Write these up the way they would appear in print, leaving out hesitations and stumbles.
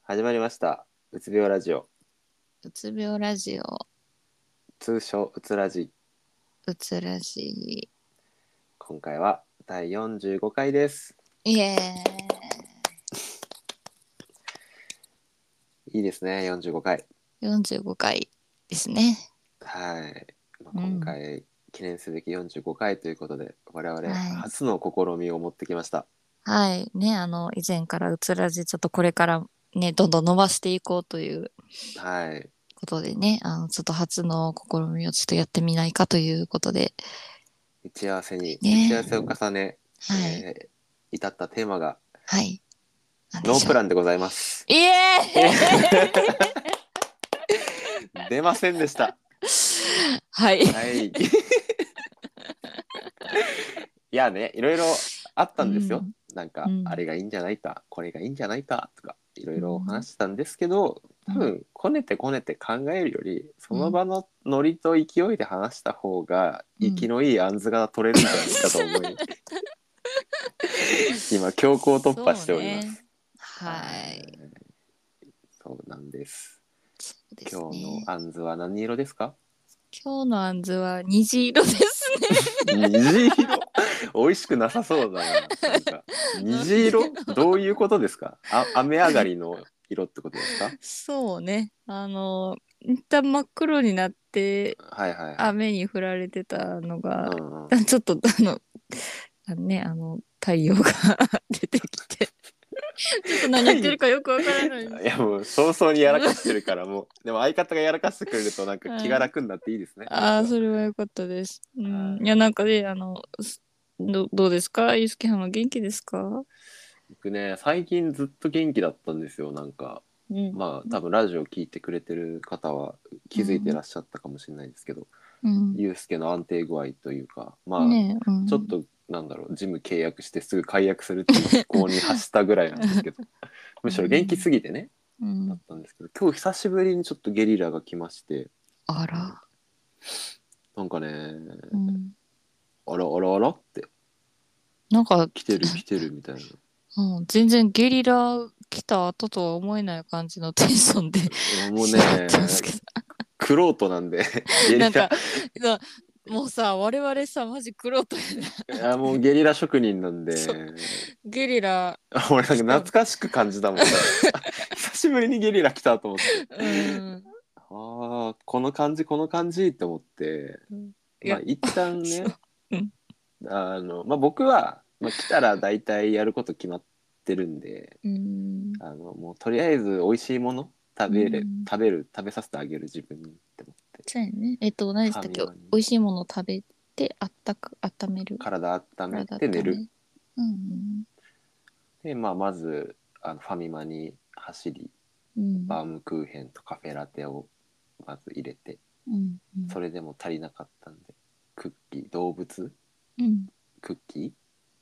始まりました。うつ病ラジオ。 うつ病ラジオ、 通称うつラジ。 うつらし今回は第45回です。 い。イエいいですね、45回。 ーイ。45回ですね。 はい。今うん。 回記念すべき45回ということで、我々 はい。 初の試みを持ってきました。 はい。ね、以前からうつらじ、ちょっとこれからね、どんどん伸ばしていこうというはい。 ことでね、ちょっと初の試みをちょっとやってみないかということで、 打ち合わせに、打ち合ね。 わせを重ね、 はい。 至ったテーマがはい。なんでノーしょう。 プランでございます。 イエ出ませんでした。 ーイはい。 はい。いやね、いろいろあったんですよ。 うん。 なんか、あうん。 れがいいんじゃないか、これがいいんじゃないかとか、いろいろうん。 話してたんですけど、 うん。 多分、こねてこねて考えるより、そうん。 の場のノリと勢いで話した方が、 うん。 息のいいアンズが取れるんじゃないかと思い、今、強行突破そうしておりまね。 す。ははい。 い、そうなんです。 そうです今日のね。 アンズは何色ですか？ 今日のあんずは虹色です虹色美味しくなさそうだな。なんか、 ね。なんで虹色どういうことですか？雨上がりの色ってことですか？ そうね。一旦真っ黒になってはいはいはい。 雨に降られてたのが、 うんうん。 ちょっと太陽が出てきて、ちょっと何言ってるかよくわからないんでいやすけど。 もう早々にやらかしてるからもう、でも相方がやらかしてくれるとなんか気はい。 が楽になっていいですね、まああ、 ずは。 それは良かったです。うん。いや、 はい。 なんかね、どうですかゆうすけはんは元気ですか？ 僕ね、最近ずっと元気だったんですよ、なんか。 うん。 まあ多分ラジオ聞いてくれてる方は気づいてうん。 らっしゃったかもしれないですけど、 うん。 ユうスケの安定具合というか、まあねえ、うん。 ちょっとなんだろう、ジム契約してすぐ解約するっていう思考に走ったぐらいなんですけど、むうしろ元気ん。 すぎてね、だっうん。 たんですけど、今日久しぶりにちょっとゲリラが来まして、 あら。 なんかね、 うん。 あらあらあらってなんか、 来てる来てるみたいな。 うん、全然ゲリラ来た後とは思えない感じのテンションでもう喋ってますね、 けど。 クロートなんでゲリラ、 なんか、なもうさ、我々さ、マジ玄人やな。 いやもうゲリラ職人なんそう。 で、 ゲリラ俺なんか来た。 懐かしく感じたもん、なんか久しぶりにゲリラ来たと思って、 うん。 ああこの感じこの感じって思って、 うん、いや、 まあ一旦そう。 ね、 うん。 まあ僕は、まあ、来たら大体やること決まってるんで、 うん。 もうとりあえず美味しいものうん。 食べさせてあげる自分にって思って、 そうやね。何でフしたっけ？ ァミマに美味しいものを食べて、温める。 体温め体て寝る。 温める。うん。 で、まあ、まずファミマに走り、 うん。 バームクーヘンとカフェラテをまず入れて、 うん。うん。 それでも足りなかったんで、クッキー動物うん。 クッキーうん。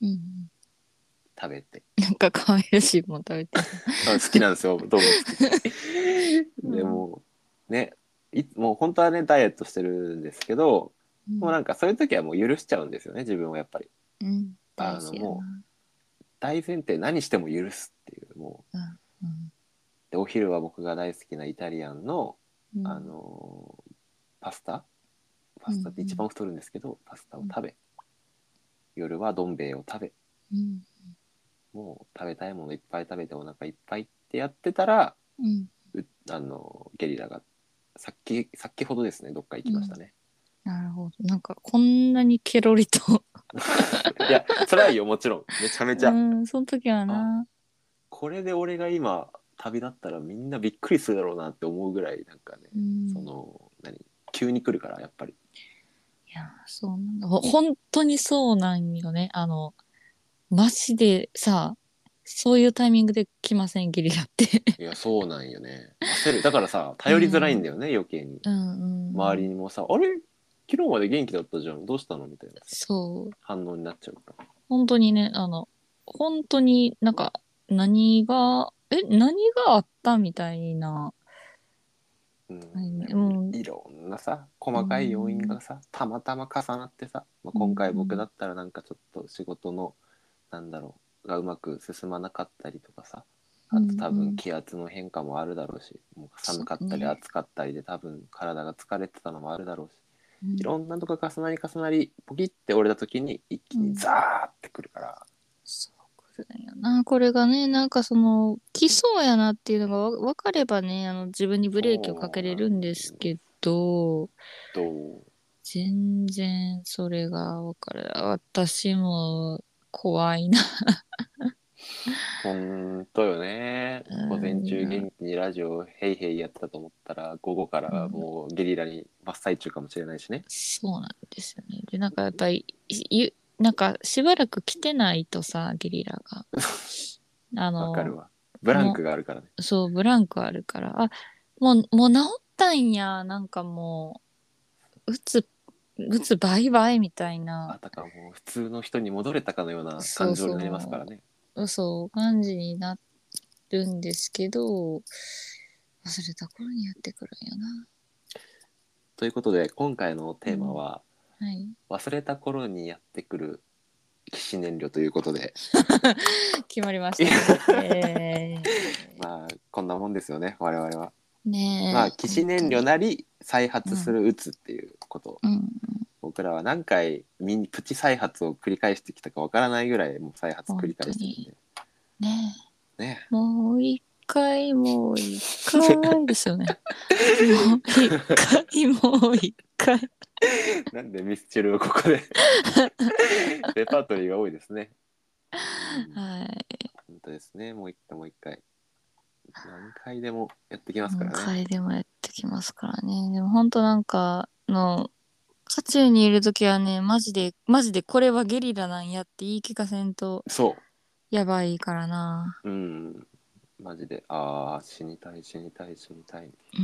食べて、 なんか可愛らしいもん食べてる。 好きなんですよ動物クッキーうん。 でもね、もう本当はねダイエットしてるんですけど、もううん。 なんかそういう時はもう許しちゃうんですよね、自分をやっぱり。 うん。大事やもうな。 大前提何しても許すっていう、もう。 うん。うん。 でお昼は僕が大好きなイタリアンの、あうん。 のパスタパうん。うスタって一番ん。 太るんですけど、パスタをうん。 食べ、夜はどん兵衛を食べ、 うん。 もう食べたいものいっぱい食べてお腹いっぱいってやってたら、 うん。 うゲリラが先ほどですね、どっか行うん。 きましたね。 なるほど。なんか、こんなにケロリといやそれはいいよ、もちろんめちゃめちゃ、 うん、その時はあ、 な。 これで俺が今旅立ったらみんなびっくりするだろうなって思うぐらい、なんかね、 うん。 その急に来るからやっぱり。 いや、そうなんだ。本当にそうなんよね。マジでさ、そういうタイミングで来ません、ゲリラって。 いやそうなんよね、焦るだからさ、 う頼りづらいんん。 だよね余計に。 うん。うん。 周りにもさ、あれ昨日まで元気だったじゃん、どうしたのみたいなさ、 そう。 反応になっちゃうから。 本当にね、本当になんか、何があったみたいな。 うん、ではいね、 もうん。 いろんなさう細かい要因ん。 がさたまたま重なってさ、まあ、 う今回僕ん。 だったらなんかちょっと仕事のなんだろうがうまく進まなかったりとかさ、 あと多うん分気圧の変化もあるだろうし、もう寒かったりそうね暑かったりで多分体が疲れてたのもあるだろうし、 うんいろんなとこ重なり重なりポキって折れた時に一気にザーってくるから、 そうくるんよな。これがね、なんかその、来そうやなっていうのがわかればね、自分にブレーキをかけれるんですけど、 と全然それがわかる。私も怖いな。 ほんとよね。 う午前中ん、 元気にラジオヘイヘイやってたと思ったら午後からもうゲリラに真っ最中かもしれないしね。 そうなんですよね。で、なんかやっぱり、なんかしばらく来てないとさ、ゲリラが。あの、 わかるわ。ブランクもがあるからね。 そう、ブランクあるから、もう治ったんや、なんかもう、うつバイバイみたいな、 あたかもう普通の人に戻れたかのようなそう感情になりますかそらね。 そう、感じになるんですけど、忘れた頃にやってくるんよな。 ということで今回のテーマうん。 ははい。 忘れた頃にやってくる起死燃料ということで決まりましたね。 まあこんなもんですよね我々は。まあねえ、 起死燃料本当に。 なり再うん。 発するうつっていうことをうん。 僕らは何回プチ再発を繰り返してきたかわからないぐらいもう再発繰本り返当に。 してるんでねね。 え。もう一回、もう一回ですよね。もう一回、もう一回。 なんでミスチルをここでレパートリーが多いですね。うん、 はい。 本当ですね。もう一回もう一回何回でもやってきますか何らね。 回でもやってきますからね。でも本当なんか、渦中にいるときはね、マジでこれはゲリラなんやって言い聞かせんとそやばいからな。 う。うん。マジでああ死にたい死にたい死にたい。 うん。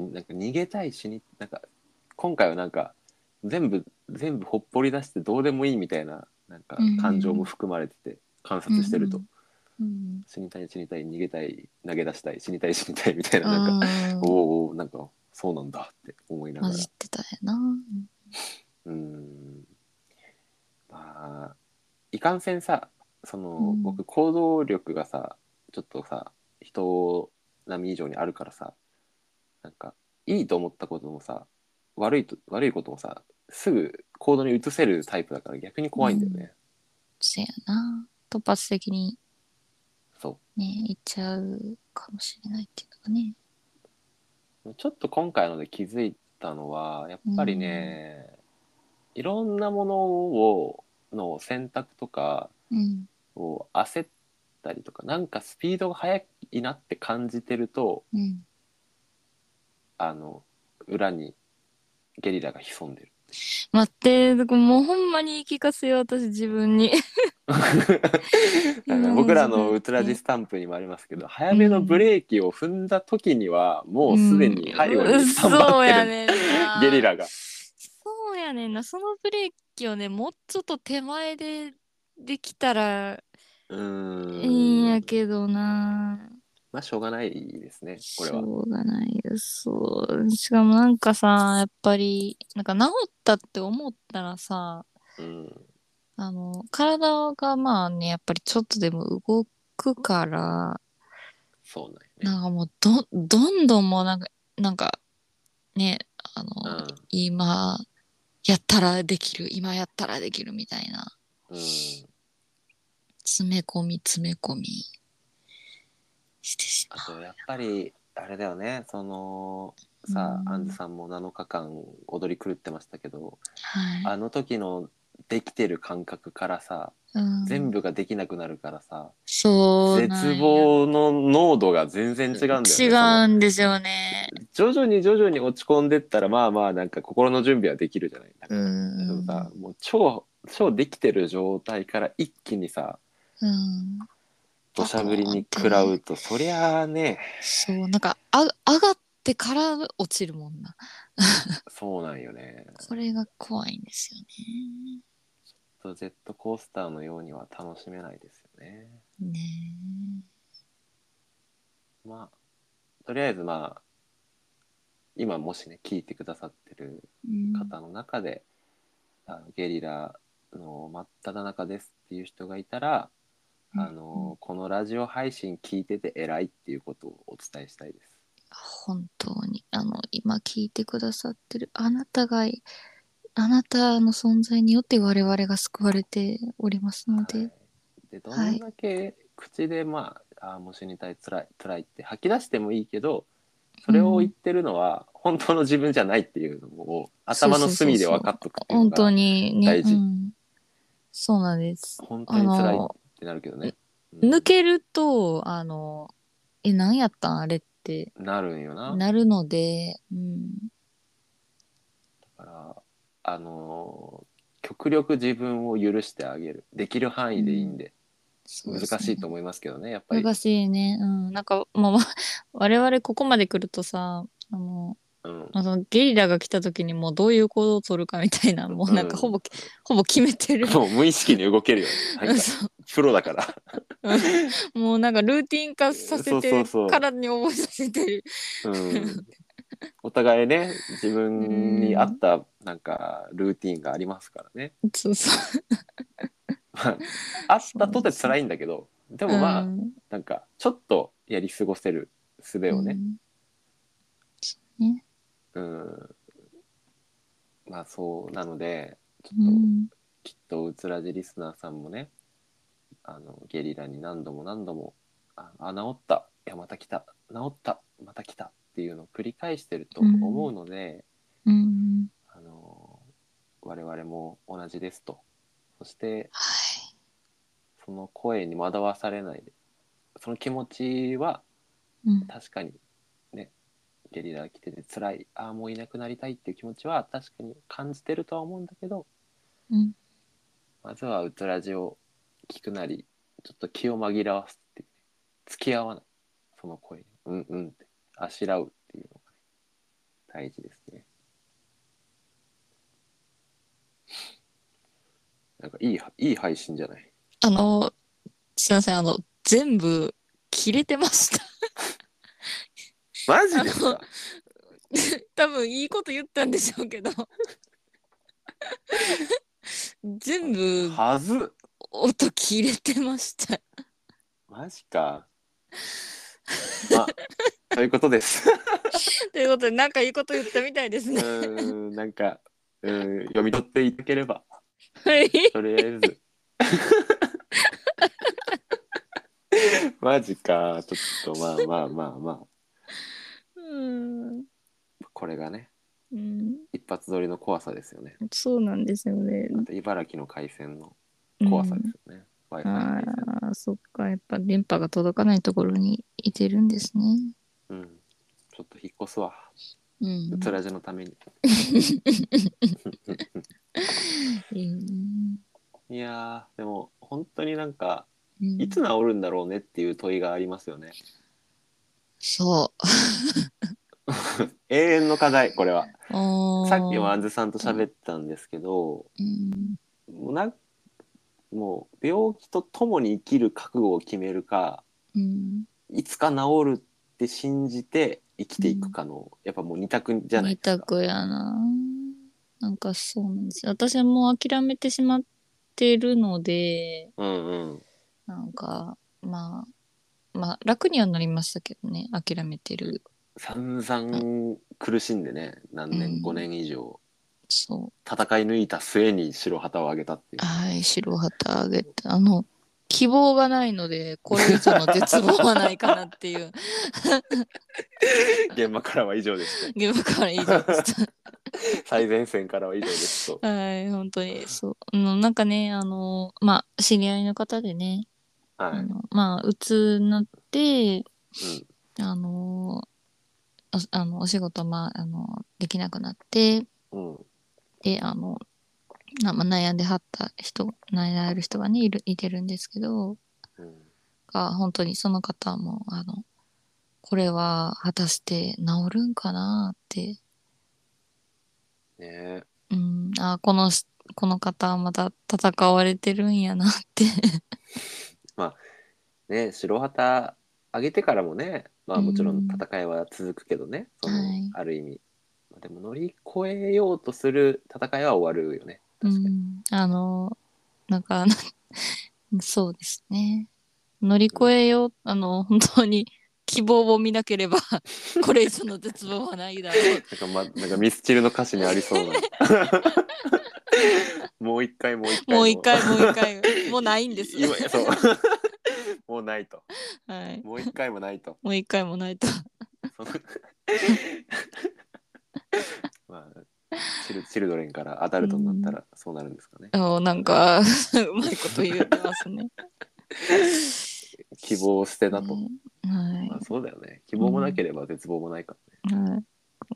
なんか逃げたいなんか今回はなんか全部ほっぽり出してどうでもいいみたいななんかうんう感情もん含まれてて観うん。う察してるとんうん。 死にたい死にたい逃げたい投げ出したい死にたい死にたいみたいなうなんかん。 おうん。 おなんかそうなんだって思いながら混じってたんやな。 うーんまあいかんせんさそのうん。 僕行動力がさちょっとさ人並み以上にあるからさなんかいいと思ったこともさ悪いこともさすぐ行動に移せるタイプだから逆に怖いんだようん。 ね。 せやな。突発的にそね、行っちゃうかもしれないっていうのがね。 うちょっと今回ので気づいたのはやっうぱりん。 ねいろんなものをの選択とかうん。 を焦ったりとかなんかスピードが速いなって感じてるとうん。 あの裏にゲリラが潜んでる。 待って、もうほんまに言い聞かせよう、私自分に。 僕らマジで。 のウトラジスタンプにもありますけど早めのブうん。 レーキを踏んだ時にはもううすでん。 に背後にスタンバってるそうやねんな。 ゲリラが。 そうやねんな。そのブレーキをね、もうちょっと手前でできたらういいんーんやけどな。 まあしょうがないですねこれは。 しょうがないよ。そう。しかもなんかさ、やっぱり、なんか治ったって思ったらさ、 うん体がまあね、やっぱりちょっとでも動くから、 そうなんよね。 なんかもうどんどんもうなんかね、あの、 うん今やったらできる、今やったらできるみたいな、 うん詰め込みしてしまあとやっぱりあれだよねそのう。うさあアンズん。 さんも7日間踊り狂ってましたけどはい。 あの時のできてる感覚からさうん。 全部ができなくなるからさそうな絶んや。 望の濃度が全然違うんだよ違ね。そのうんですよね。 徐々に落ち込んでったらまあまあなんか心の準備はできるじゃない。なんうかでもん。 さもう超できてる状態から一気にさうん。 土パコ砂降りにーンって。 食らうとそりゃあねそう、なんか、上がってから落ちるもんな。 そうなんよね。 これが怖いんですよね。 ジェットコースターのようには楽しめないですよね。 ねまあとりあえずまあ今もしね聞いてくださってるえ。うん。 方の中でゲリラの真っ只中ですっていう人がいたらこのラジオ配信聞いてて偉いっていうことをお伝えしたいです。 本当に、今聞いてくださってるあなたの存在によって我々が救われておりますので、 はい。で、どんはい。 だけ口でもう死にたい、辛い、辛いって吐き出してもいいけど、それを言ってるのは本当の自分じゃないっていうのを頭のそうそうそうそう。 隅で分かっとくっていうの本当がにね、 大事。 そうなんです。 本当に辛いってなるけどね。 抜けると、何やったんあれってなるんよな。 なるので、 だから極力自分を許してあげる。できる範囲でいいんで。難そうですね。 しいと思いますけどね、やっぱり。 難しいね。なんか、もう、我々ここまで来るとさ、 うん。 ゲリラが来た時にもうどういう行動を取るかみたいな、もううん。 ほぼ決めてる。 もう無意識に動けるよね。なんか、 そうプロだから。 もうなんかルーティン化させそうそうて、 そ体に覚えさせてる。 う。うん。お互いね、自う分に合っん。 たなんかルーティンがありますからね。 そうそう。 まあ、あっそうたとて辛なんですよ。 いんだけど、でうもん。 なんかちょっとやり過ごせる術をね、 うん。ね。 うん、まあそうなので、ちょっとうん。 きっとうつらじリスナーさんもね、ゲリラに何度も何度も、治った、いやまた来た、治った、また来たっていうのを繰り返してると思うので、 うん。 あの我々も同じですと。そしてはい。 その声に惑わされないで、その気持ちはうん。 確かにね、ゲリラ来てて辛い、もういなくなりたいっていう気持ちは確かに感じてるとは思うんだけど、 うん。 まずはうつラジを聞くなり、ちょっと気を紛らわすっていう、付き合わない、その声にうんうんってあしらうっていうのが大事ですね。なんかいい配信じゃない。 あの、すいません、全部切れてました。 マジあの、 ですか？ 多分いいこと言ったんでしょうけど、全部はず。 音切れてました。 マジか。まあそういうことです。 ということで、なんかいいこと言ったみたいですね。 なんか読み取っていただければはい。 とりあえず。マジか。ちょっとまあうん。 これがね、 うん。 一発撮りの怖さですよね。 そうなんですよね。 あと茨城の回線の怖さでうん。 すよね。 Wi-Fi あ回線の。 あ、そっか。やっぱ電波が届かないところにいてるんですね。 うん。ちょっと引っ越すわ。 うん。 うつらじのために。いやでも本当になんかいつ治るんだろうねっていう問いがありますよね。 そ永遠の課題これは。 う。 さっきもああずさんと喋ったんですけど、 うん。 もうもう病気と共に生きる覚悟を決めるか、 うん。 いつか治るって信じて生きていくうん。 かのやっぱもう二択じゃない二ですか。 択やな。なんかそうなんですよ。私はもう諦めてしまってるので、 うんうん。 なんか、楽にはなりましたけどね、諦めてる。 散あ、 々苦しんでね、何年、 うん、 5年以上そう。 戦い抜いた末に白旗を上げたっていうね。 はい、白旗あげて、希望がないので、これ以上の絶望はないかなっていう、 現場からは以上ですと。 現場から以上でした。 最前線からは以上ですと。 はい、本当に、そう。なんかね、知り合いの方でね、 はい。 うつになって、 うん。 あの、お仕事、できなくなって、 うん。 で、悩んではった人、悩んでる人がね、いてるんですけど、 うん。 本当にその方も、これは果たして治るんかなって、 ねえ。 うん、この方はまだ戦われてるんやなってまあね、白旗上げてからもね、まうあもちろんん、 戦いは続くけどね、 はい。 ある意味。まあでも乗り越えようとする戦いは終わるよね。確かに。 うん、なんか、そうですね。 乗り越えよう、本当に希望を見なければ、これ以上の絶望はないだろう。 なんかミスチルの歌詞にありそうなもう一回もう一回のもう一回、もう一回、もうないんです。 今そうもうないと、 はい。 もう一回もないと、 もう一回もないと。 そのまあチルドレンからアダルトになったらそうなるんですかね。 なんか、うまいこと言ってますね。 希望を捨てだと。 ね、はまあい。 そうだよね。希望もなうん、 ければ絶望もないからね。 はい。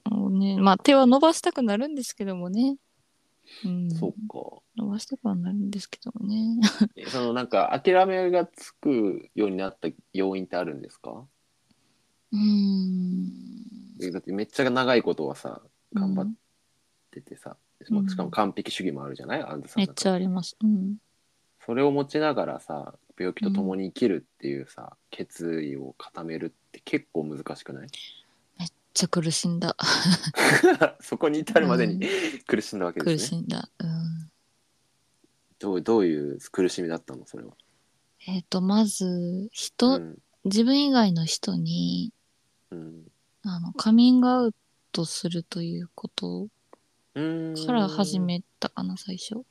もうね、まあ手は伸ばしたくなるんですけどもね。うん。 そうか。 伸ばしたくはなるんですけどもね。 そのなんか諦めがつくようになった要因ってあるんですか？ うん。 だってめっちゃ長いことはさ、頑張っうん。 ててさ、 うしかもん。 完璧主義もあるじゃない、アンズさめっんだと。 ちゃあります。うん。 それを持ちながらさ、病気とうん。 共に生きるっていうさ、決意を固めるって結構難しくない？ めっちゃ苦しんだ。 そこに至るまでにうん。 苦しんだわけですね。 苦しんだ。うん。 どういう苦しみだったのそれは？ まず、 うん自分以外の人に、 うんカミングアウトするということうから始ーん。 めたかな、最初。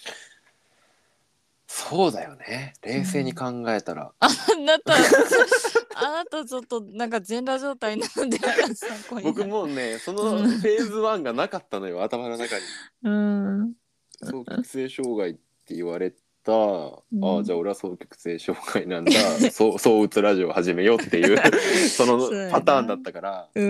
そうだよね。 う冷静にん。 考えたら。 あなた、あなたちょっとなんか全裸状態なので、参考に僕なる。 もうね、そうのフん。 ェーズ1がなかったのよ、頭の中に。 うん。 双極性障害って言われた、ああ、 うん。 じゃあ俺は双極性障害なんだ、そううつラジオを始めようっていうそのそうやな。 パターンだったから、 うん。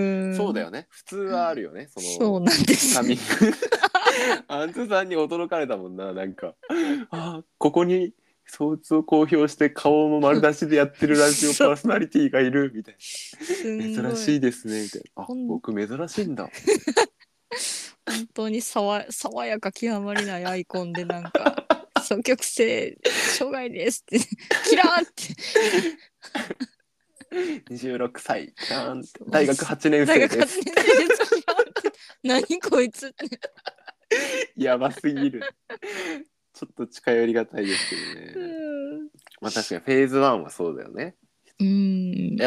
そうだよね。普通はあるよね。その、 そうなんです。 カミング。アンズさんに驚かれたもんな、なんか。ああ、ここに、相うつを公表して顔も丸出しでやってるラジオそう。 パーソナリティがいるみたいすな。 んごい。 珍しいですねみたいな。あ、 ほん、 僕珍しいんだ。 本当に爽やか極まりないアイコンでなんか、双極性障害ですって、キラーって、 26歳、キャーンってそう大学8年大学8 生です。 年生です、キラーって、何こいつって。 やばすぎる。ちょっと近寄りがたいですけどうね。 ん。 まあ確かにフェーズ1はそうだよね。 うん。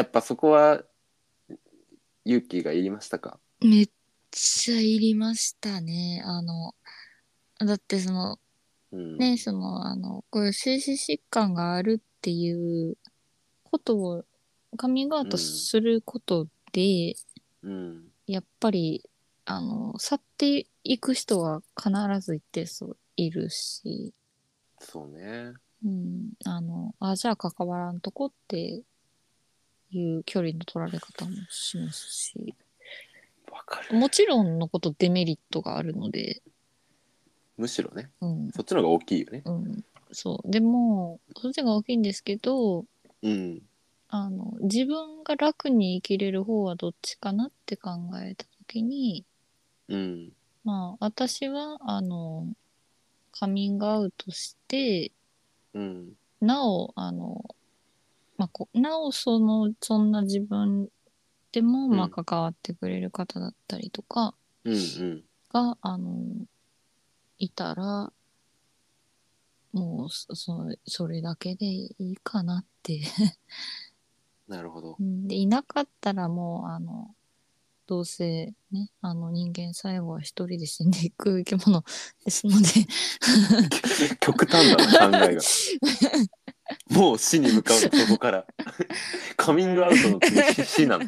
やっぱそこは勇気がいりましたか？ めっちゃいりましたね。だってうん。 ね、こういう精神疾患があるっていうことをカミングアウトうん。 することで、 うん。 やっぱり、去っていく人は必ず一定数いるし、 そうね。 うん、じゃあ関わらんとこっていう距離の取られ方もしますし、 わかる。 もちろんのことデメリットがあるので、 むしろね。 うん、 そっちの方が大きいよね。 うん、そう。でも、そっちが大きいんですけど、 うん。 自分が楽に生きれる方はどっちかなって考えたときに、 うん。 まあ、私は、カミングアウトして、 うん。 なお、まあ、なおそんな自分でも、まあ、 うん。 関わってくれる方だったりとかうん。うん。 が、いたら、もう、それだけでいいかなって。 なるほど。 うんで、いなかったらもう、どうせね、人間最後は一人で死んでいく生き物ですので、 極端だな、考えが。もう死に向かうんだ、そこから。カミングアウトの次、死なの。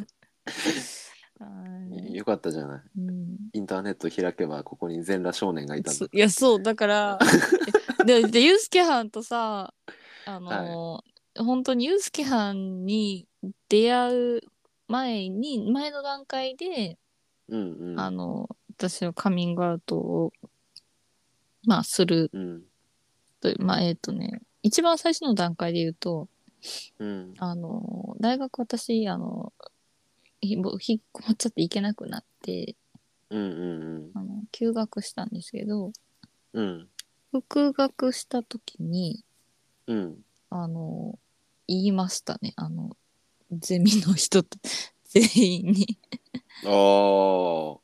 はよかったじゃない。 い。うん。 インターネット開けば、ここに全裸少年がいたんだかいや、そう、だから、ユースケはんとさ、 ら。はい。 本当にユースケはんに出会う前の段階で、 うんうん。 私のカミングアウトを、まあ、するうん。 と、まあ、一番最初の段階で言うと、 うん。 大学私、引っこもっちゃって行けなくなって、 うんうん休学したんですけど、 うん。うん。 復学した時に、 うん。 あの、言いましたね。ゼミの人と全員に。 ああ。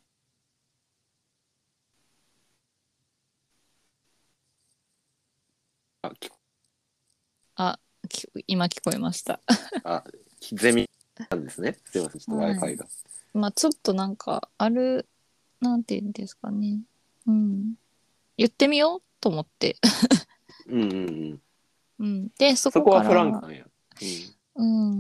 あ、 あ、 今聞こえました。 あ、ゼミなんですね。すいません、ちょっとはい。 Wi-Fi が。 まあちょっとなんかある、なんていうんですかね。うん。言ってみようと思って。 うんうんうん。 うん。で、そこそこはフランクから、 なんや。うん。 うん。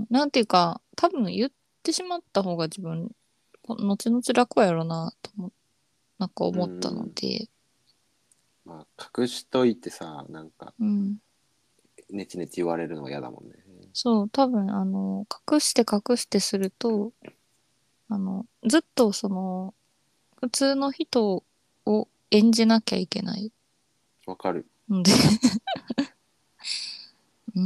なんていうか、多分言ってしまった方が自分、後々楽やろなとなんかうん思ったうん。 ので、 まあ、隠しといてさ、なんか、 うん。 ネチネチ言われるのは嫌だもんね。 そう、多分、隠して隠してすると、ずっと普通の人を演じなきゃいけないわかる。 のでうん。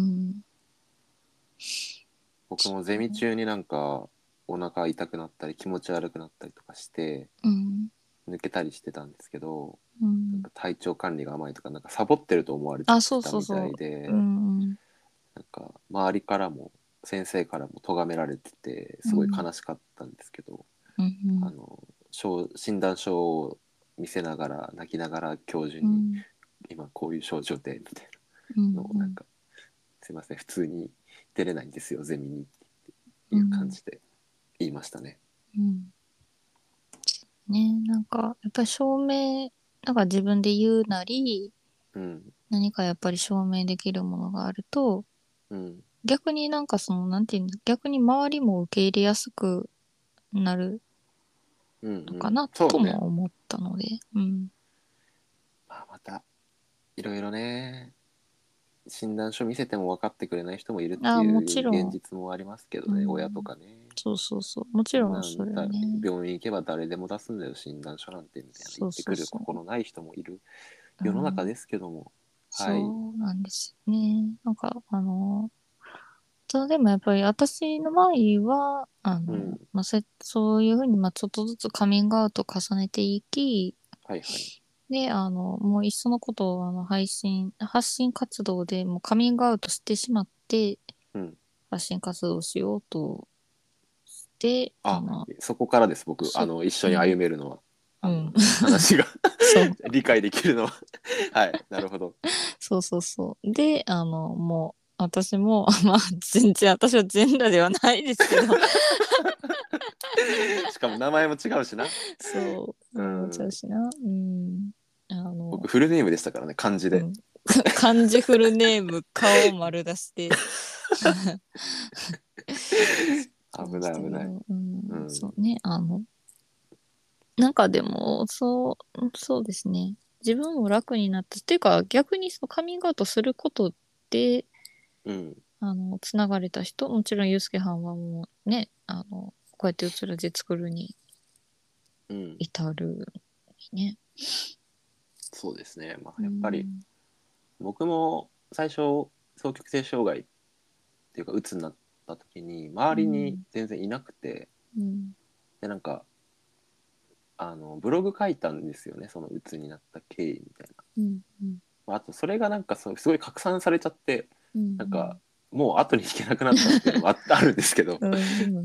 僕もゼミ中になんか、お腹痛くなったり気持ち悪くなったりとかして、 うん。 抜けたりしてたんですけど、 うん。 なんか体調管理が甘いとか、なんかサボってると思われあ、 てそうたみたいそうそう。うで、 ん。 なんか周りからも先生からも咎められてて、すごいうん。 悲しかったんですけど、 うん。 あの、診断書を見せながら、泣きながら教授に、 うん。 今こういう症状で、みたいうん。うん。 なのをなんか、すいません、普通に出れないんですよ、ゼミにっていう感うん。 じで言いましたね。 うん。ね、なんか、やっぱり証明、なんか自分で言うなり、 うん、 何かやっぱり証明できるものがあると、 うん、 逆になんかなんていうの、逆に周りも受け入れやすくなるうん、うん。 のかなとそうね。 も思ったので、うん。 まあ、また、いろいろね、診断書見せても分かってくれない人もいるってあ、もいうちろん、 現実もありますけどうね、親とん。 かね。 そうそうそう。もちそんろんなんだ、 それね。 病院行けば誰でも出すんだよ、診断書なんて、みたいな言そうってくるそうそう。 心ない人もいるうん。 世の中ですけども、はい。 そうなんですよね。なんか、でもやっぱり私の場合は、 うん。 まあ、そういうふうに、まあ、ちょっとずつカミングアウトを重ねていき、 はいはい。 で、もういっそのことを、発信活動でもうカミングアウトしてしまって、 うん。 発信活動をしようとして、 あ、そこからです、僕、一緒にうん、 歩めるのは。 うん。 話がそう、 理解できるのははい、なるほど。 そうそうそう。で、もう、私も、まあ、全然、私は全裸ではないですけど、 しかも名前も違うしな。 そう、 う思っちゃうん。 しな。うん。 僕、フルネームでしたからね、漢字で。 うん。漢字フルネーム、顔丸出しでしまし危ない危ない。 たけど、うん、 うん。 そうね、なんかでも、そうですね。自分も楽になった。っていうか、逆にそのカミングアウトすることで、 うん。 つながれた人、もちろんユースケはんはもうね、こうやってうつらじ作るにうん。 至るにね。 そうですね。まうあ、やっぱり、 ん、 僕も最初、双極性障害っていうか、鬱になった時に、周りにうん、 全然いなくて、 うん、 で、なんか、ブログ書いたんですよね、その鬱になった経緯みたいな。 うん、うん、 まああと、それがなんかすごい拡散されちゃって、 うなんか、 ん、 もう後に引けなくなったっていうのもあるんですけど、 うん、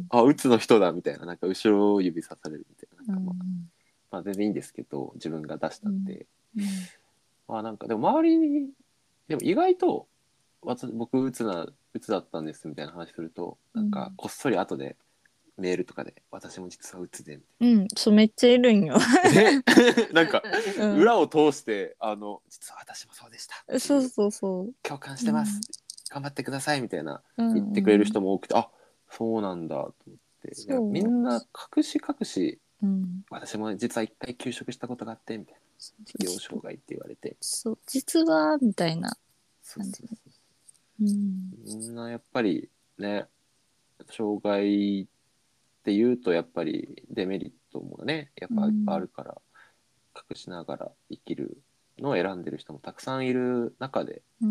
あ、鬱の人だみたいな、なんか後ろ指さされるみたいな、なんうかん、 まあ全然いいんですけど、自分が出したうん、 んで。 うん、 まあなんか、でも周りに、でも意外と、僕鬱だったんですみたいな話すると、なんかこっそり後でメールとかで、私も実は鬱で、みたいうん、そう、めっちゃいるんよ。 な。なんか、 う裏を通して、実は私もそうでしたっん、 ていう、 そうそうそ共感しう。うてます。 ん、 頑張ってくださいみたいなう言ってくれるん、うん、 人も多くて、あ、そうなんだと思って。いや、みそう、 んな隠し隠し、 うん、 私も実は一回休職したことがあって、みたいな。適応障害って言われて。 実は、みたいなそう感じ。 そうそうん、 う。みんなやっぱりね、障害って言うとやっぱりデメリットもね、やっぱいっぱいあうん、 るから、隠しながら生きるのを選んでる人もたくさんいる中で、 うん。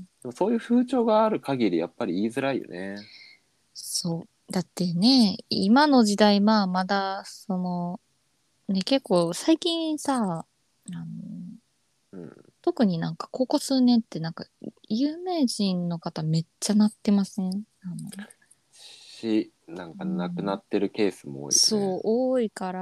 でもそういう風潮がある限りやっぱり言いづらいよね。 そう。だってね、今の時代、まあ、まだ、ね、結構、最近さ、 うん。 特になんか、ここ数年ってなんか、有名人の方めっちゃなってませんなんか亡くなうん、 ってるケースも多いよね。 そう、多いから、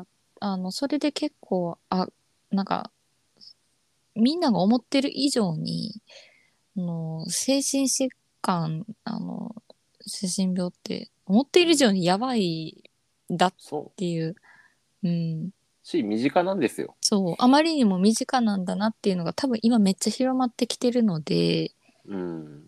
それで結構、なんか、みんなが思ってる以上に、精神疾患、精神病って思っている以上にやばいだっそうていう、うん、 し身近なんですよ。 そう、あまりにも身近なんだなっていうのが多分今めっちゃ広まってきてるので、 うん。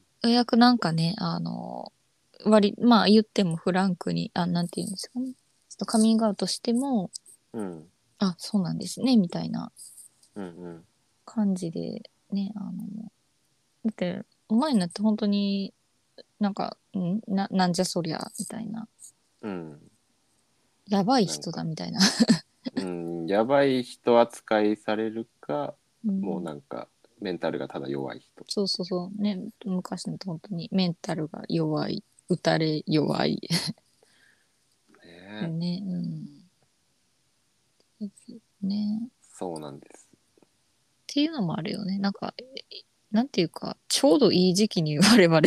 ようやくなんかね、まあ言ってもフランクに、なんて言うんですかね。ちょっとカミングアウトしても、 うんそうなんですね、みたいなうんうん感じで、ね、だって、前になって本当になんか、なんじゃそりゃ、みたいな。 うん。 やばいなんか、 人だ、みたいな。 うん、やばい人扱いされるか、もううん、 なんかメンタルがただ弱い人。 そうそうそう。ね、昔の本当にメンタルが弱い、打たれ弱い。 ね、 ね、うん。ですね。っそうなんです。 ていうのもあるよね。なんか、なんていうか、ちょうどいい時期に我々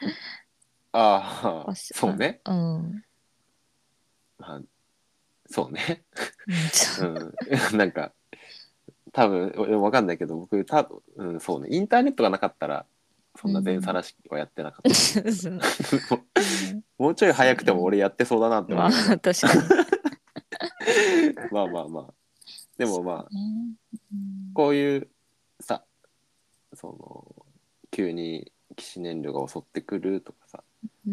ああ、 あし、あ、 そうね。 うん。 まあ、そうね。 うん、 うん。なんか、多分、わかんないけど、僕、うん、そうね。インターネットがなかったら、そんな全さうん。 らしはやってなかったと思うけど。 そうね。 もうちょい早くてもそうね。 俺やってそうだなってまあ、 思いながら。 確かに。 まあまあまあ。でもまあ、 ね。うん。 こういうさ、その、急に起死燃料が襲ってくるとかさ、 うん。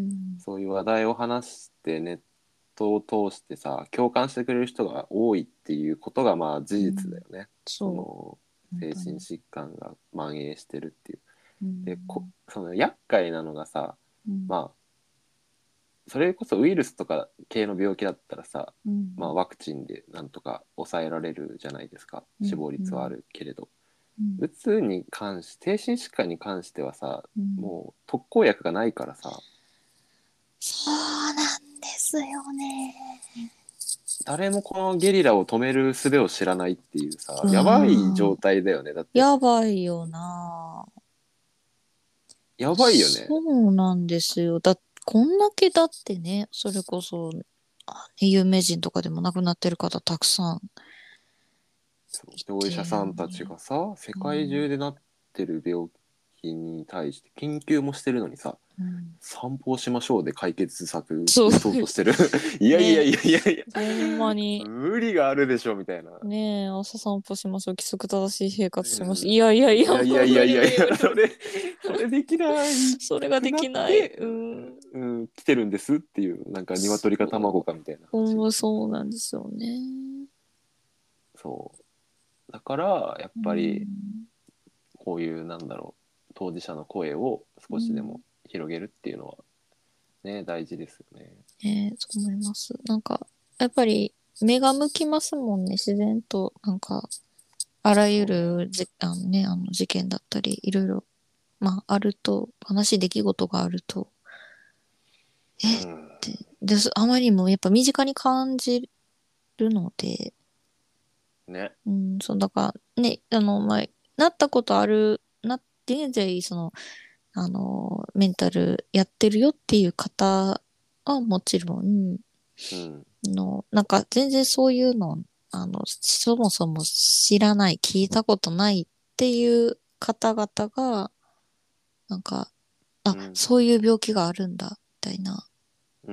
そういう話題を話してネットを通してさ、共感してくれる人が多いっていうことがまあ事うん。 実だよね。そそう。 の本当に。 精神疾患が蔓延してるっていう。 うで、 ん。 その厄介なのがさ、 うん。 まあ、それこそウイルスとか系の病気だったらさ、 うん。 まあワクチンでなんとか抑えられるじゃないですか。 うん。 死亡率はあうん。 るけれど。 うん。 うつに関し、精神疾患に関してはさ、 うん。 もう特効薬がないからさ、 そうなんですよね。 誰もこのゲリラを止める術を知らないっていうさ、 うやばい状ん。 態だよね。だって、 やばいよな。 やばいよね。 そうなんですよ。こんだけだってね、それこそ、有名人とかでも亡くなってる方たくさんいそうで、お医者て、 さんたちがさ、世界うん、 中でなってる病気に対して研究もしてるのにさ、 うん、 散歩をしましょうで解決策そう、 打とうとしてる。いやいやね、 いやいやいや、 ほんまに、 無理があるでしょみたいな。 ねえ、朝散歩しましょう。規則正しい生活しましょう。いうん、 やいやいや、 いやいやいやもう無理いやいや、 無理無理無理。 それできないそれがでくなっきない。 て、 うん。 うん、来てるんですっていう、なんか鶏か卵そかみたいなう、 話。 そうなんですよね。 そう。だから、やっうぱり、 ん。 こういう、なんだろう、当事者の声を少しでもうん。 広げるっていうのは、ね、大事ですよね。 そう思います。なんか、やっぱり目が向きますもんね、自然と。なんか、あらゆそうね。 る事件だったり、いろいろ、まあ、あると、悲しい出来事があると、えっうん。 て、あまりにもやっぱ身近に感じるので、 ね。 うん、そう、だからね、まあ、なったことある、なって現在、メンタルやってるよっていう方はもちろん、 うん。 なんか全然そういうの、そもそも知らない、聞いたことないっていう方々が、なんか、 うん。 そういう病気があるんだ、みたいな。 うん。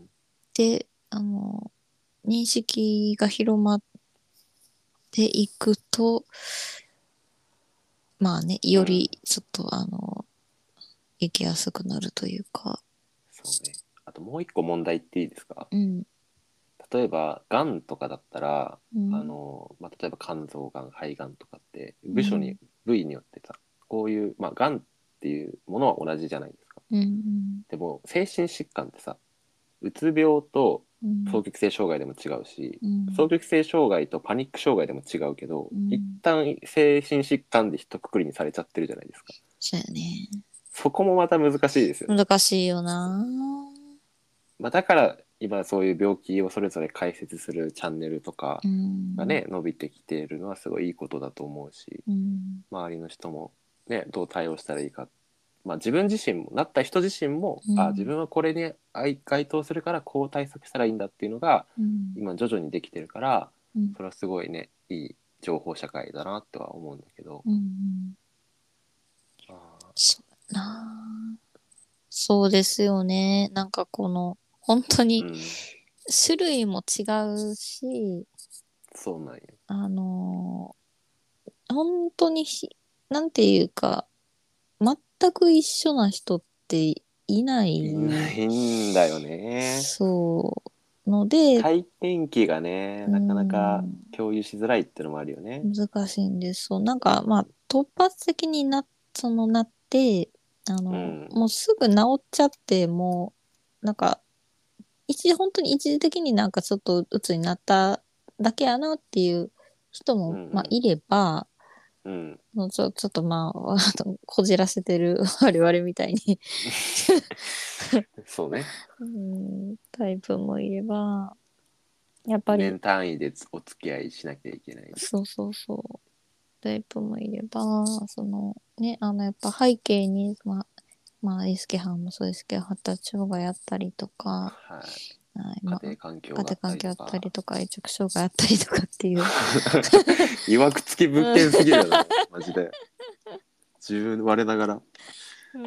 で、認識が広まっていくと、まあね、ようん。 りちょっと生きやすくなるというか、 そうね。あともう一個問題っていいですか？ うん、 例えば、がんとかだったら、 うん、 まあ、例えば肝臓がん、肺がんとかって、 うん、 部位によってさ、こういう、まあ、がんっていうものは同じじゃないですか。 うん、 でも、精神疾患ってさ、うつ病とうん、 双極性障害でも違うし、 うん、 双極性障害とパニック障害でも違うけど、一うん、 旦精神疾患で一括りにされちゃってるじゃないですか。 そうやね。 そこもまた難しいですよね。 難しいよな。 まあ、だから今そういう病気をそれぞれ解説するチャンネルとかうん、 がね伸びてきているのはすごいいいことだと思うし、 うん、 周りの人もねどう対応したらいいか、まあ、自分自身もなった人自身も自うん、 分はこれに該当するからこう対策したらいいんだっていうのがうん、 今徐々にできてるから、 うん、 それはすごいねいい情報社会だなとは思うんだけど、 うん、 あそうやな。 そうですよね。なんかこの、本当にうん、 種類も違うし、 そうなんよ。 本当になんていうか、全く一緒な人っていないない、 いんだよね。 そうので、 体験記がね、 うなかなかん、 共有しづらいってのもあるよね。 難しいんです。そう、なんか、まあ、突発的になって、 うん、 もうすぐ治っちゃって、もう、なんか、本当に一時的になんかちょっと鬱になっただけやなっていう人も、まあ、 うん、 いれば、 うん、うん。 ちょっとまあ、こじらせてる我々みたいにそうね。 タイプもいれば、やっぱり、 年単位でお付き合いしなきゃいけない。 そうそうそう、タイプもいれば、ね、やっぱ背景に、まあ、イスケハンもそうですけど、発達障害あったりとか、 はい。 はい、まあ、 家庭環境家があった庭環境あったりとか。 りとか、愛着障害あったりとかっていう。 いわくつき物うん。 件すぎるよな、マジで。自分我ながら。 うん。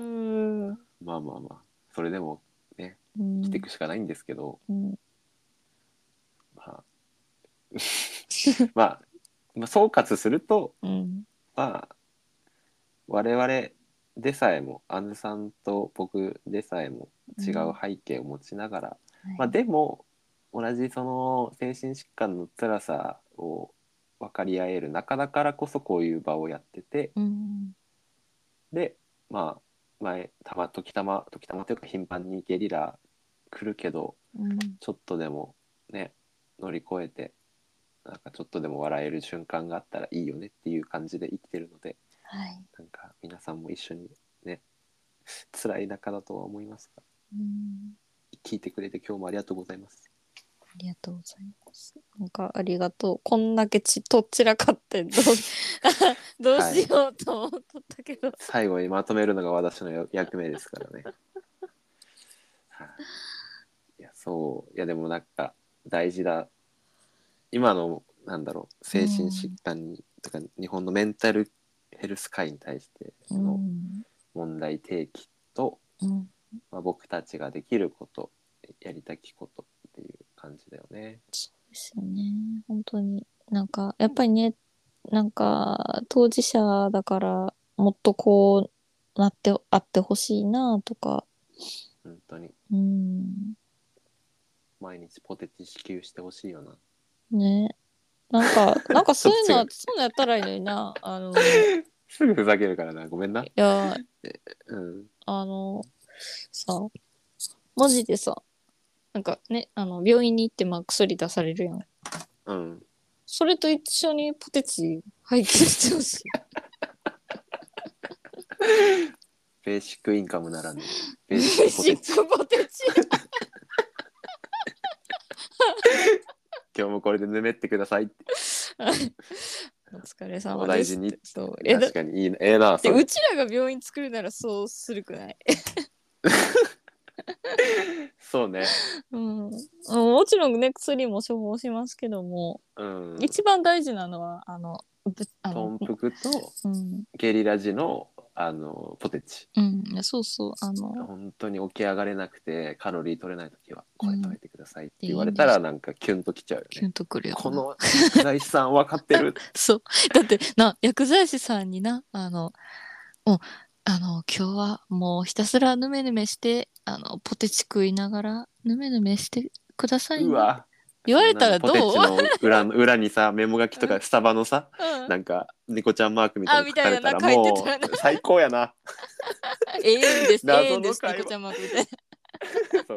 まあまあまあ。それでもね、生きていうん。 くしかないんですけど、 うん。 まあ、まあ、まあ、総括すると、 うん。 まあ、我々でさえも、アンヌさんと僕でさえも違ううん。 背景を持ちながら、まあ、 はい。 でも、同じその精神疾患の辛さを分かり合える中だからこそこういう場をやってて、 うん。 で、まあ、時たまというか頻繁にゲリラ来るけど、 うん。 ちょっとでもね、乗り越えて、なんかちょっとでも笑える瞬間があったらいいよねっていう感じで生きてるので、 はい。 なんか皆さんも一緒にね、辛い中だとは思いますが、 うん。 聞いてくれて今日もありがとうございます。 ありがとうございます。なんか、ありがとう。こんだけとっちらかって、どうはい。 しようと思っとったけど。 最後にまとめるのが私の役目ですからね。はい。いや、そう。いや、でもなんか大事だ。今の、なんだろう、 う精神疾ん。 患に、とか日本のメンタルヘルス界に対してうのん。 問題提起と、 うん。 まあ、僕たちができること、やりたきことっていう感じだよね。 そうですよね。本当に。なんか、やっぱりね、なんか、当事者だから、もっとこう、あってほしいなとか。 本当に。 うん。 毎日ポテチ支給してほしいよな。 ね。なんかそっちがそういうのやったらいいのにな。 すぐふざけるからな。ごめんな。 いや、 うん。 あの、さ、マジでさ、なんかね、病院に行ってまあ薬出されるやん。 うん。 それと一緒にポテチ配給してほしい。 ベーシックインカムならぬ、 ベーベーシックポシックテチ。 ポテチ。 今日もこれでぬめってくださいって。 お疲れ様でお大事に。 すって。 確かにいいな。ええな、それ。 うちらが病院作るならそうするくない？ そうね。 うん。もちろんね、薬も処方しますけども、 うん。 一番大事なのは、 豚腹とうん、 ゲリラジの、ポテチ。 うん、いやそうそう、 本当に起き上がれなくてカロリー取れない時はこれうん、 食べてくださいってで言われいいんです。 たらなんかキュンときちゃうよね。 キュンとくるよな。 この薬剤師さん分かってる。 そう。だって薬剤師さんにもう、今日はもうひたすらぬめぬめして、ポテチ食いながら、ぬめぬめしてくださいね。 うわ、 言われたそんなのらどう？ ポテチの裏にさメモ書きとうん。 かスタバのさ、 うん。 なんか猫ちゃんマークみたいあ、 なのみたいなな、 書かれたら書いてたらな。 もう最高やな。 ええんです、ええんです、ニ謎の会話。 コちゃんマークみたいな。 そう。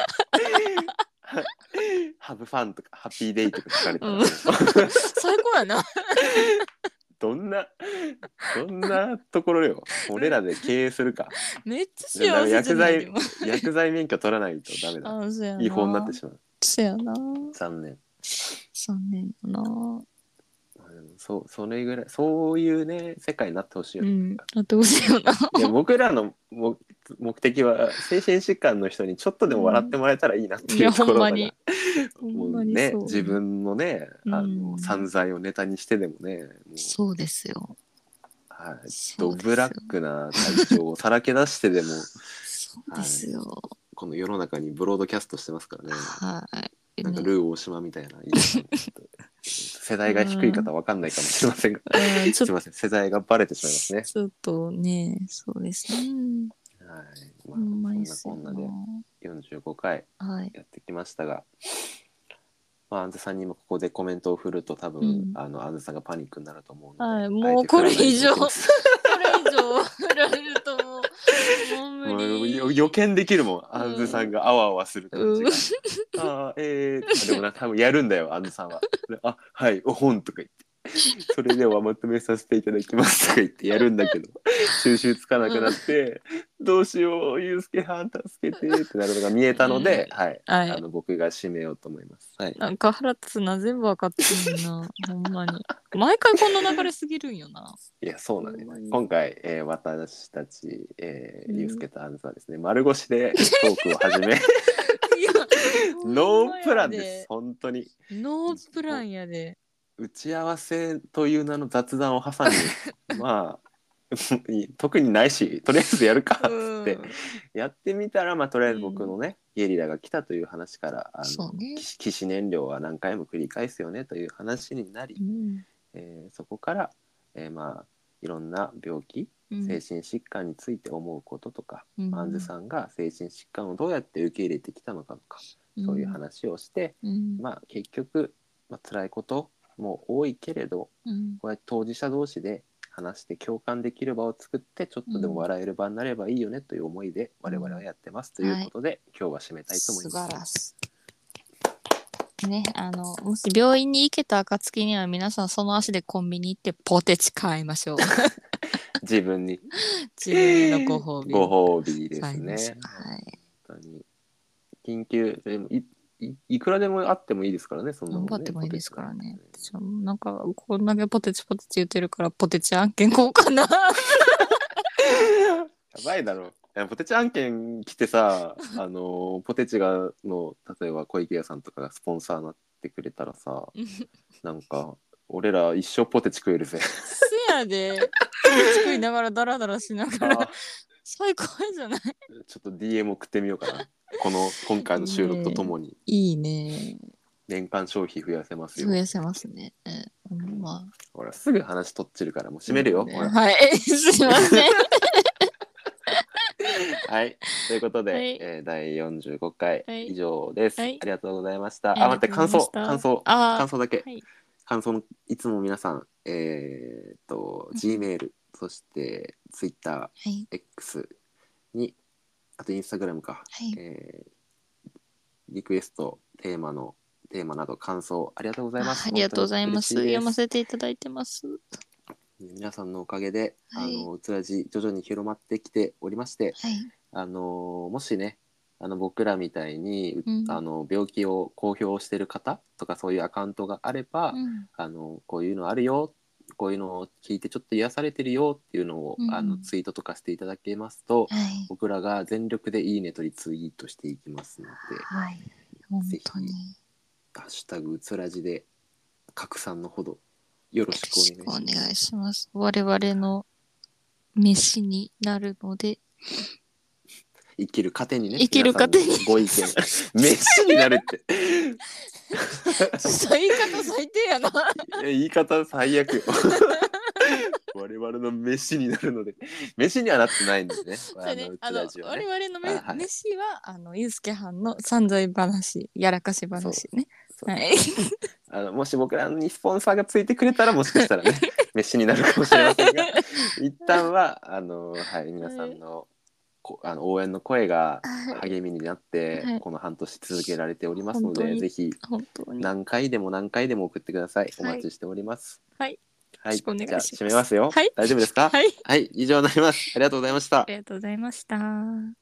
ハブファンとかハッピーデイとか書かれたうん。 らもう最高やな。 どんなどんなところよ。俺らで経営するか。 めっちゃでもダメ、 幸せじゃないでも。 薬剤免許取らないとダメだ。 あ、そうや違法になってな。 しまう。 そうやな。 残念。 残念やな。 それぐらい、そういうね、世界になってほしいよね。 うん。だってほしいよな。 いや、僕らの目的は、精神疾患の人にちょっとでも笑っうん。 てもらえたらいいなっていういや、ほところだが、 んまに。ほもうんまにね、 そうよ。 自分のね、 うん。 散財をネタにしてでもね、もう、 そうですよ。 はい、 そうドブラッですよ。 クな体調をさらけ出してでも、 そうですよ。 この世の中にブロードキャストしてますからね。 はい。 なんかルー大島みたいな、世代が低い方は分かんないかもしれませんが、 うんすいません、世代がバレてしまいますね。 ちょっとね、そうですね。 はい、まあ、 ほんまそんにすよなこんなで45回はい。 やってきましたが、まあ、あんずさんにもここでコメントを振ると多分、 うんあんずさんがパニックになると思うので、 はい、 あえもうて振らないでおきます。 これ以上振られるともう無もう理。 予見できるもん、あんずさんがあわあわする感じが。でもな、多分やるんだよ、あんずさんは。あ、はい、お本とか言って。それではまとめさせていただきますとか言ってやるんだけど、収集つかなくなって、どうしよう、ゆうすけはん助けてってなるのが見えたので、はい、 はい僕が締めようと思います。はい。 なんか腹立つな、全部わかってんな。ほんまに。毎回こんな流れすぎるんよな。 いや、そうなんですほんまに今回、私たち、 うんゆうすけとあんずはですね、丸腰でトークを始め、 いや、 ノープランです、本当に。 ノープランやで。 打ち合わせという名の雑談を挟み、まあ、特にないし、とりあえずやるかっつってやってみたら、まあ、とりあえず僕のね、ゲリラが来たという話から、 そうね。 起死燃料は何回も繰り返すよねという話になり、そこから、まあ、いろんな病気、精神疾患について思うこととか、あんずさんが精神疾患をどうやって受け入れてきたのかとか、そういう話をして、まあ、結局、辛いことも多いけれど、こうやって当事者同士で話して共感できる場を作って、ちょっとでも笑える場になればいいよねという思いで我々はやってますということで、今日は締めたいと思います。 素晴らしい。ね、もし病院に行けた暁には皆さんその足でコンビニ行ってポテチ買いましょう。 自分にのご褒美。 ご褒美ですね。 はい。 本当に緊急でもいくらでもあってもいいですからね、そんなもんね。 頑張ってもいいですからね。なんかこんだけポテチ言ってるからポテチ案件買おうかな。 やばいだろ。ポテチ案件来てさ、ポテチの例えば小池屋さんとかがスポンサーになってくれたらさ、なんか俺ら一生ポテチ食えるぜ。 せやで、ポテチ食いながらダラダラしながら最高じゃない？ちょっと DM 送ってみようかな。今回の収録とともに。 いいね。 年間消費増やせますよ。 増やせますね。まあ。 ほら、すぐ話取っちるからもう閉めるよ。 はい、すいません。 はい、ということで、第45回以上です、ありがとうございました。待って、感想だけ、感想のいつも皆さんGmail、そしてTwitter、X に、あと Instagram か、リクエスト、テーマなど感想ありがとうございます。 ありがとうございます。読ませていただいてます。 皆さんのおかげで、うつらじ徐々に広まってきておりまして、もしね、僕らみたいに、病気を公表してる方とかそういうアカウントがあれば、こういうのあるよ、こういうのを聞いてちょっと癒されてるよっていうのを、ツイートとかしていただけますと、僕らが全力でいいねとリツイートしていきますので、ぜひハッシュタグうつらじで拡散のほどよろしくお願いします。 我々の飯になるので、 生きる糧にね。 生きる糧に。 ご意見。飯になるって。 言い方最低やな。 言い方最悪よ。我々の飯になるので、飯にはなってないんですね。 我々の飯はゆうすけはんの散財話、やらかし話ね。 もし僕らにスポンサーがついてくれたらもしかしたらね飯になるかもしれませんが、一旦は皆さんの応援の声が励みになって、この半年続けられておりますので、ぜひ何回でも送ってください。お待ちしております。はい、じゃあ締めますよ。大丈夫ですか？はい、以上になります。ありがとうございました。 ありがとうございました。